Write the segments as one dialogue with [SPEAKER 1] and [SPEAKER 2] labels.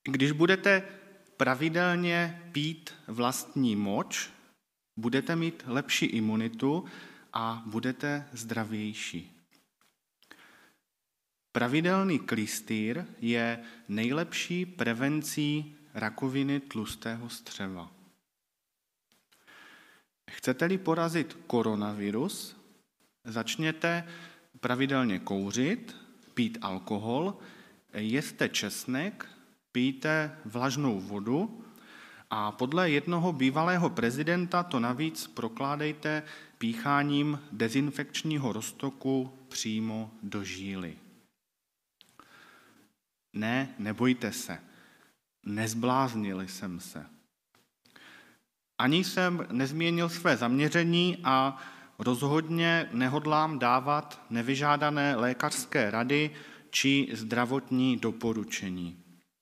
[SPEAKER 1] Když budete pravidelně pít vlastní moč, budete mít lepší imunitu a budete zdravější. Pravidelný klystýr je nejlepší prevencí rakoviny tlustého střeva. Chcete-li porazit koronavirus, začněte pravidelně kouřit, pít alkohol, jeste česnek, pijte vlažnou vodu a podle jednoho bývalého prezidenta to navíc prokládejte pícháním dezinfekčního roztoku přímo do žíly. Ne, nebojte se, nezbláznil jsem se. Ani jsem nezměnil své zaměření a rozhodně nehodlám dávat nevyžádané lékařské rady či zdravotní doporučení.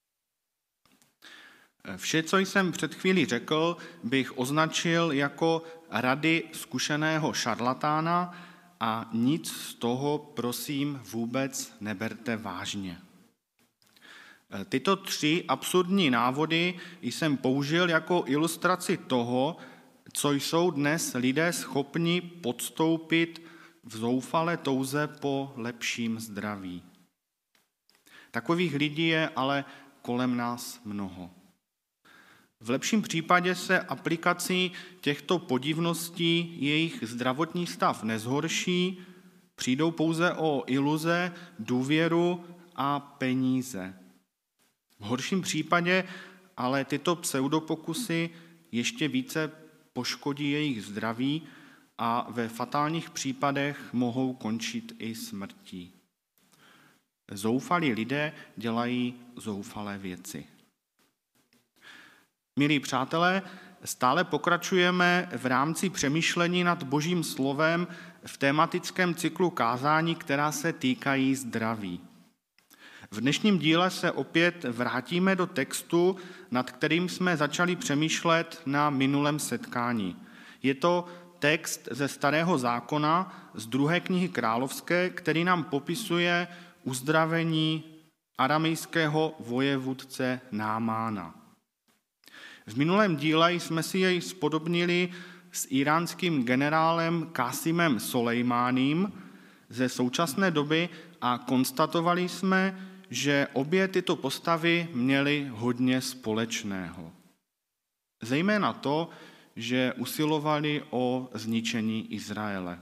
[SPEAKER 1] Vše, co jsem před chvílí řekl, bych označil jako rady zkušeného šarlatána a nic z toho, prosím, vůbec neberte vážně. Tyto 3 absurdní návody jsem použil jako ilustraci toho, co jsou dnes lidé schopni podstoupit v zoufalé touze po lepším zdraví. Takových lidí je ale kolem nás mnoho. V lepším případě se aplikací těchto podivností jejich zdravotní stav nezhorší, přijdou pouze o iluze, důvěru a peníze. V horším případě ale tyto pseudopokusy ještě více poškodí jejich zdraví a ve fatálních případech mohou končit i smrtí. Zoufalí lidé dělají zoufalé věci. Milí přátelé, stále pokračujeme v rámci přemýšlení nad Božím slovem v tematickém cyklu kázání, která se týkají zdraví. V dnešním díle se opět vrátíme do textu, nad kterým jsme začali přemýšlet na minulém setkání. Je to text ze Starého zákona, z 2. knihy Královské, který nám popisuje uzdravení aramejského vojevůdce Námána. V minulém díle jsme si jej spodobnili s iránským generálem Kásimem Solejmáním ze současné doby a konstatovali jsme, že obě tyto postavy měly hodně společného. Zejména to, že usilovali o zničení Izraele.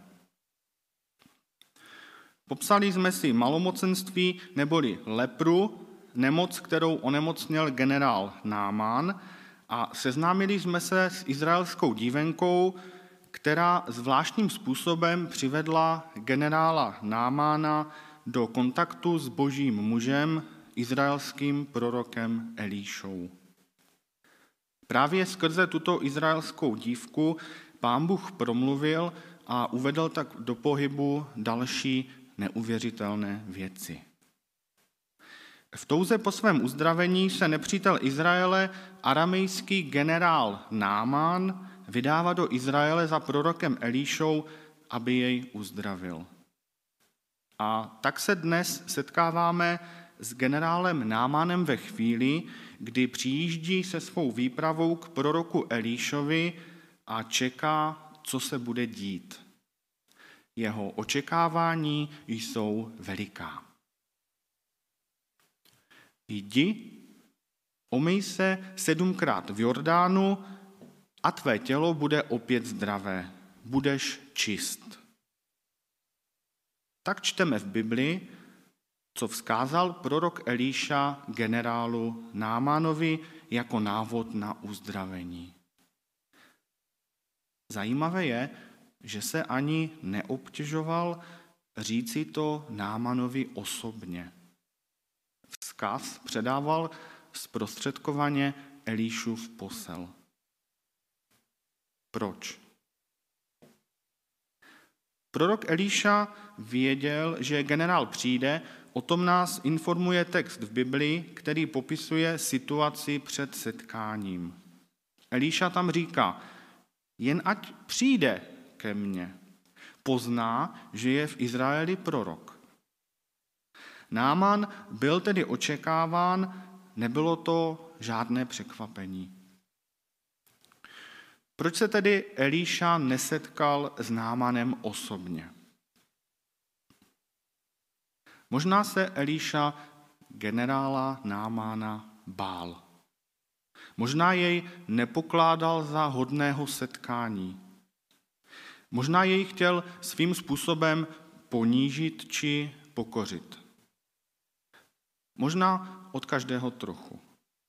[SPEAKER 1] Popsali jsme si malomocenství neboli lepru, nemoc, kterou onemocněl generál Námán, a seznámili jsme se s izraelskou dívenkou, která zvláštním způsobem přivedla generála Námána do kontaktu s božím mužem, izraelským prorokem Elíšou. Právě skrze tuto izraelskou dívku Pán Bůh promluvil a uvedl tak do pohybu další neuvěřitelné věci. V touze po svém uzdravení se nepřítel Izraele, aramejský generál Námán, vydává do Izraele za prorokem Elíšou, aby jej uzdravil. A tak se dnes setkáváme s generálem Námánem ve chvíli, kdy přijíždí se svou výpravou k proroku Elíšovi a čeká, co se bude dít. Jeho očekávání jsou veliká. Jdi, omyj se 7krát v Jordánu a tvé tělo bude opět zdravé. Budeš čist. Tak čteme v Biblii, co vzkázal prorok Elíša generálu Námánovi jako návod na uzdravení. Zajímavé je, že se ani neobtěžoval říci to Námanovi osobně. Vzkaz předával zprostředkovaně Elíšův posel. Proč? Prorok Elíša věděl, že generál přijde, o tom nás informuje text v Biblii, který popisuje situaci před setkáním. Elíša tam říká, jen ať přijde ke mně, pozná, že je v Izraeli prorok. Náman byl tedy očekáván nebylo to žádné překvapení. Proč se tedy Elíša nesetkal s Námanem osobně? Možná se Elíša generála Námana bál. Možná jej nepokládal za hodného setkání. Možná jej chtěl svým způsobem ponížit či pokořit. Možná od každého trochu.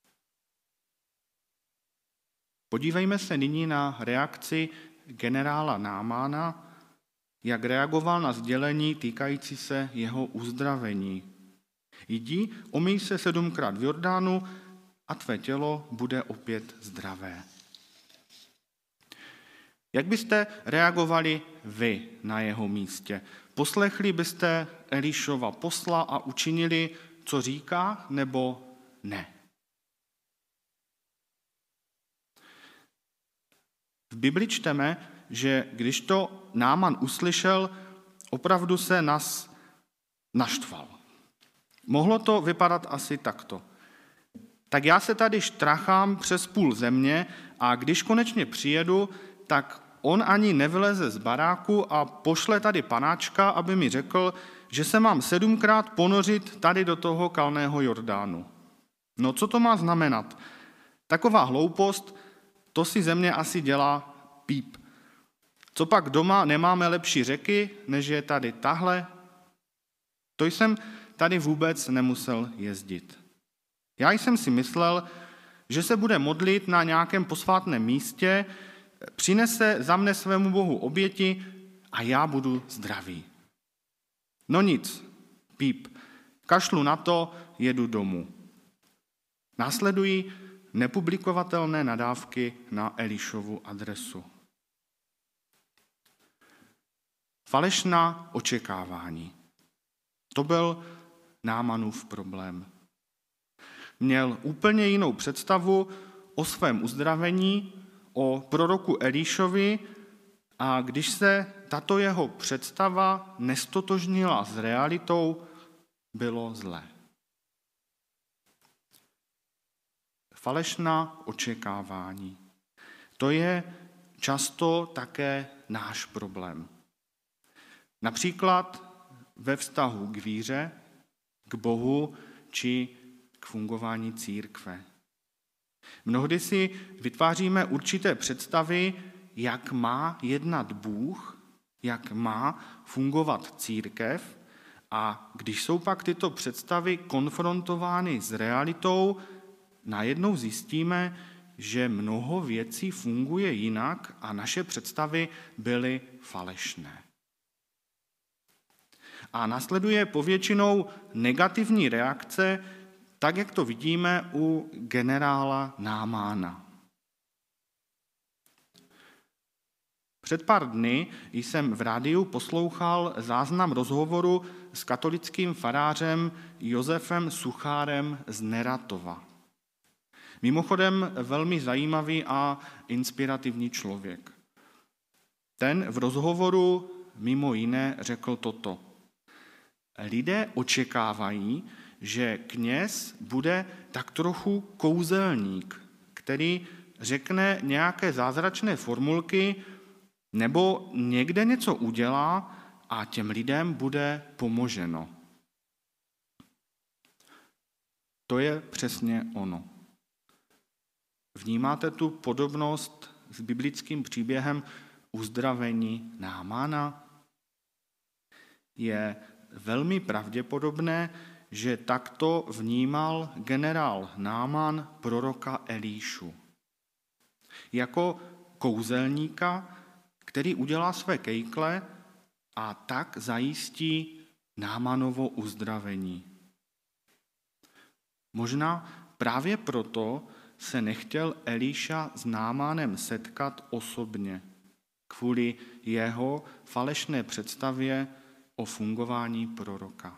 [SPEAKER 1] Podívejme se nyní na reakci generála Námana, jak reagoval na sdělení týkající se jeho uzdravení. Jdi, omyj se 7krát v Jordánu a tvé tělo bude opět zdravé. Jak byste reagovali vy na jeho místě? Poslechli byste Elišova posla a učinili, co říká, nebo ne? V Bibli čteme, že když to Náman uslyšel, opravdu se naštval. Mohlo to vypadat asi takto. Tak já se tady štrachám přes půl země a když konečně přijedu, tak on ani nevyleze z baráku a pošle tady panáčka, aby mi řekl, že se mám 7krát ponořit tady do toho kalného Jordánu. No co to má znamenat? Taková hloupost, to si země asi dělá píp. Co pak doma nemáme lepší řeky, než je tady tahle? To jsem tady vůbec nemusel jezdit. Já jsem si myslel, že se bude modlit na nějakém posvátném místě, přinese za mne svému Bohu oběti a já budu zdravý. No nic, píp, kašlu na to, jedu domů. Následují nepublikovatelné nadávky na Elišovu adresu. Falešná očekávání. To byl Námanův problém. Měl úplně jinou představu o svém uzdravení, o proroku Elišovi a když se tato jeho představa nestotožnila s realitou, bylo zlé. Falešná očekávání. To je často také náš problém. Například ve vztahu k víře, k Bohu či k fungování církve. Mnohdy si vytváříme určité představy, jak má jednat Bůh, jak má fungovat církev a když jsou pak tyto představy konfrontovány s realitou, najednou zjistíme, že mnoho věcí funguje jinak a naše představy byly falešné. A následuje povětšinou negativní reakce, tak jak to vidíme u generála Námána. Před pár dny jsem v rádiu poslouchal záznam rozhovoru s katolickým farářem Josefem Suchárem z Neratova. Mimochodem velmi zajímavý a inspirativní člověk. Ten v rozhovoru mimo jiné řekl toto. Lidé očekávají, že kněz bude tak trochu kouzelník, který řekne nějaké zázračné formulky nebo někde něco udělá a těm lidem bude pomoženo. To je přesně ono. Vnímáte tu podobnost s biblickým příběhem uzdravení Námana? Je velmi pravděpodobné, že takto vnímal generál Náman proroka Elíšu. Jako kouzelníka, který udělá své kejkle a tak zajistí Námanovo uzdravení. Možná právě proto se nechtěl Elíša s Námanem setkat osobně, kvůli jeho falešné představě o fungování proroka.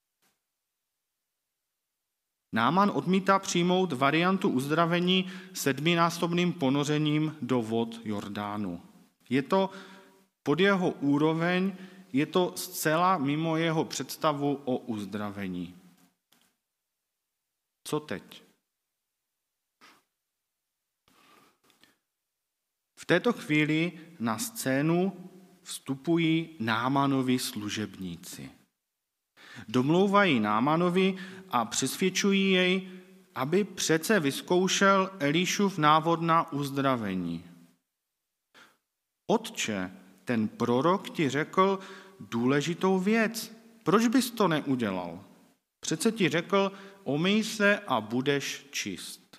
[SPEAKER 1] Náman odmítá přijmout variantu uzdravení 7násobným ponořením do vod Jordánu. Je to pod jeho úroveň, je to zcela mimo jeho představu o uzdravení. Co teď? V této chvíli na scénu vstupují Námanovi služebníci. Domlouvají Námanovi a přesvědčují jej, aby přece vyzkoušel Elišův návod na uzdravení. Otče, ten prorok ti řekl důležitou věc. Proč bys to neudělal? Přece ti řekl, omyj se a budeš čist.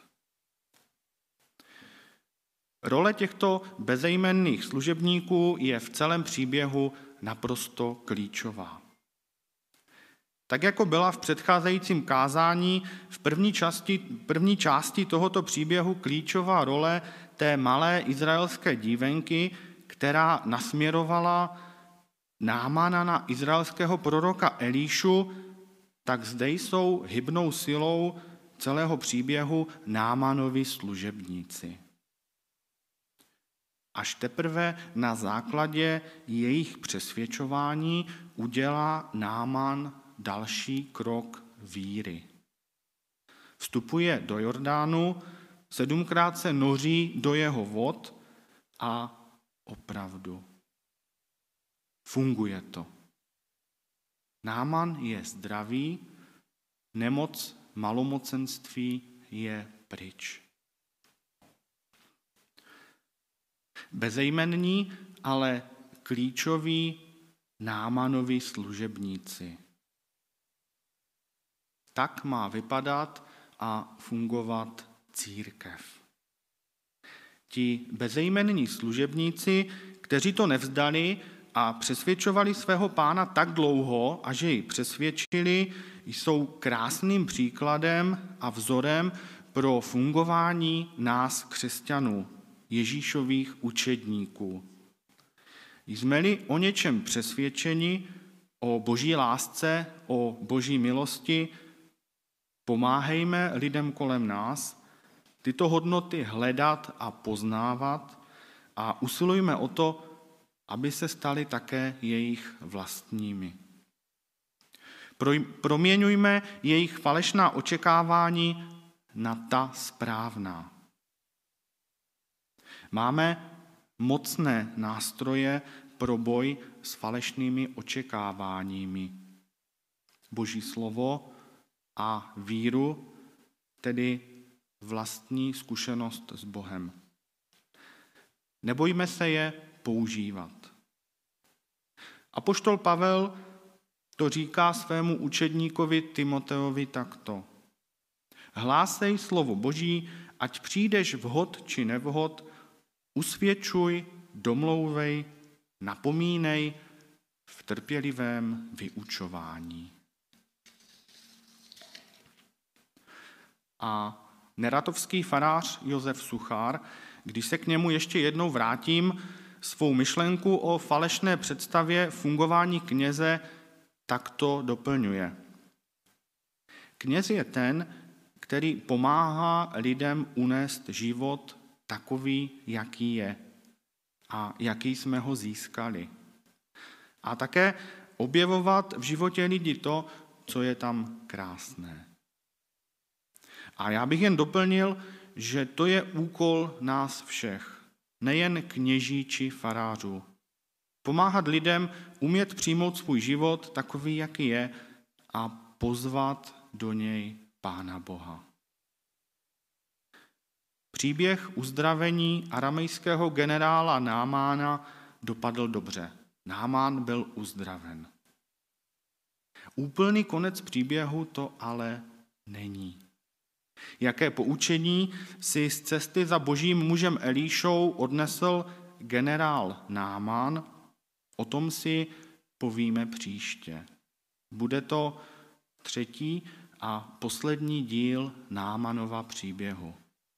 [SPEAKER 1] Role těchto bezejmenných služebníků je v celém příběhu naprosto klíčová. Tak jako byla v předcházejícím kázání v první části tohoto příběhu klíčová role té malé izraelské dívenky, která nasměrovala Námana na izraelského proroka Elišu, tak zde jsou hybnou silou celého příběhu Námanovi služebníci. Až teprve na základě jejich přesvědčování udělá Náman další krok víry. Vstupuje do Jordánu, 7krát se noří do jeho vod a opravdu funguje to. Náman je zdravý, nemoc malomocenství je pryč. Bezejmenní, ale klíčoví Námanovi služebníci. Tak má vypadat a fungovat církev. Ti bezejmenní služebníci, kteří to nevzdali a přesvědčovali svého Pána tak dlouho, a že ji přesvědčili, jsou krásným příkladem a vzorem pro fungování nás křesťanů, Ježíšových učedníků. Jsme-li o něčem přesvědčeni, o Boží lásce, o Boží milosti, pomáhejme lidem kolem nás tyto hodnoty hledat a poznávat a usilujme o to, aby se staly také jejich vlastními. Proměňujme jejich falešná očekávání na ta správná. Máme mocné nástroje pro boj s falešnými očekáváními. Boží slovo a víru, tedy vlastní zkušenost s Bohem. Nebojme se je používat. Apoštol Pavel to říká svému učedníkovi Timoteovi takto. Hlásej slovo Boží, ať přijdeš vhod či nevhod, usvědčuj, domlouvej, napomínej v trpělivém vyučování. A neratovský farář Josef Suchár, když se k němu ještě jednou vrátím, svou myšlenku o falešné představě fungování kněze takto doplňuje. Kněz je ten, který pomáhá lidem unést život takový, jaký je a jaký jsme ho získali. A také objevovat v životě lidí to, co je tam krásné. A já bych jen doplnil, že to je úkol nás všech, nejen kněží či farářů. Pomáhat lidem umět přijmout svůj život takový, jaký je, a pozvat do něj Pána Boha. Příběh uzdravení aramejského generála Námána dopadl dobře. Námán byl uzdraven. Úplný konec příběhu to ale není. Jaké poučení si z cesty za božím mužem Elišou odnesl generál Náman, o tom si povíme příště. Bude to 3. a poslední díl Námanova příběhu.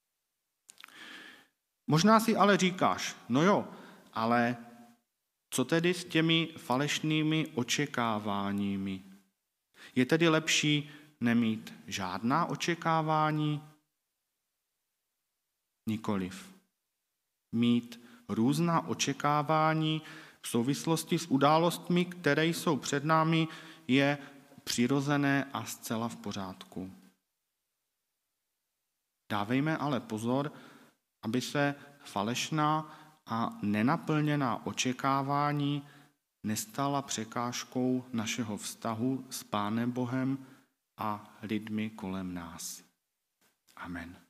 [SPEAKER 1] Možná si ale říkáš, no jo, ale co tedy s těmi falešnými očekáváními? Je tedy lepší nemít žádná očekávání? Nikoliv. Mít různá očekávání v souvislosti s událostmi, které jsou před námi, je přirozené a zcela v pořádku. Dávejme ale pozor, aby se falešná a nenaplněná očekávání nestala překážkou našeho vztahu s Pánem Bohem a lidmi kolem nás. Amen.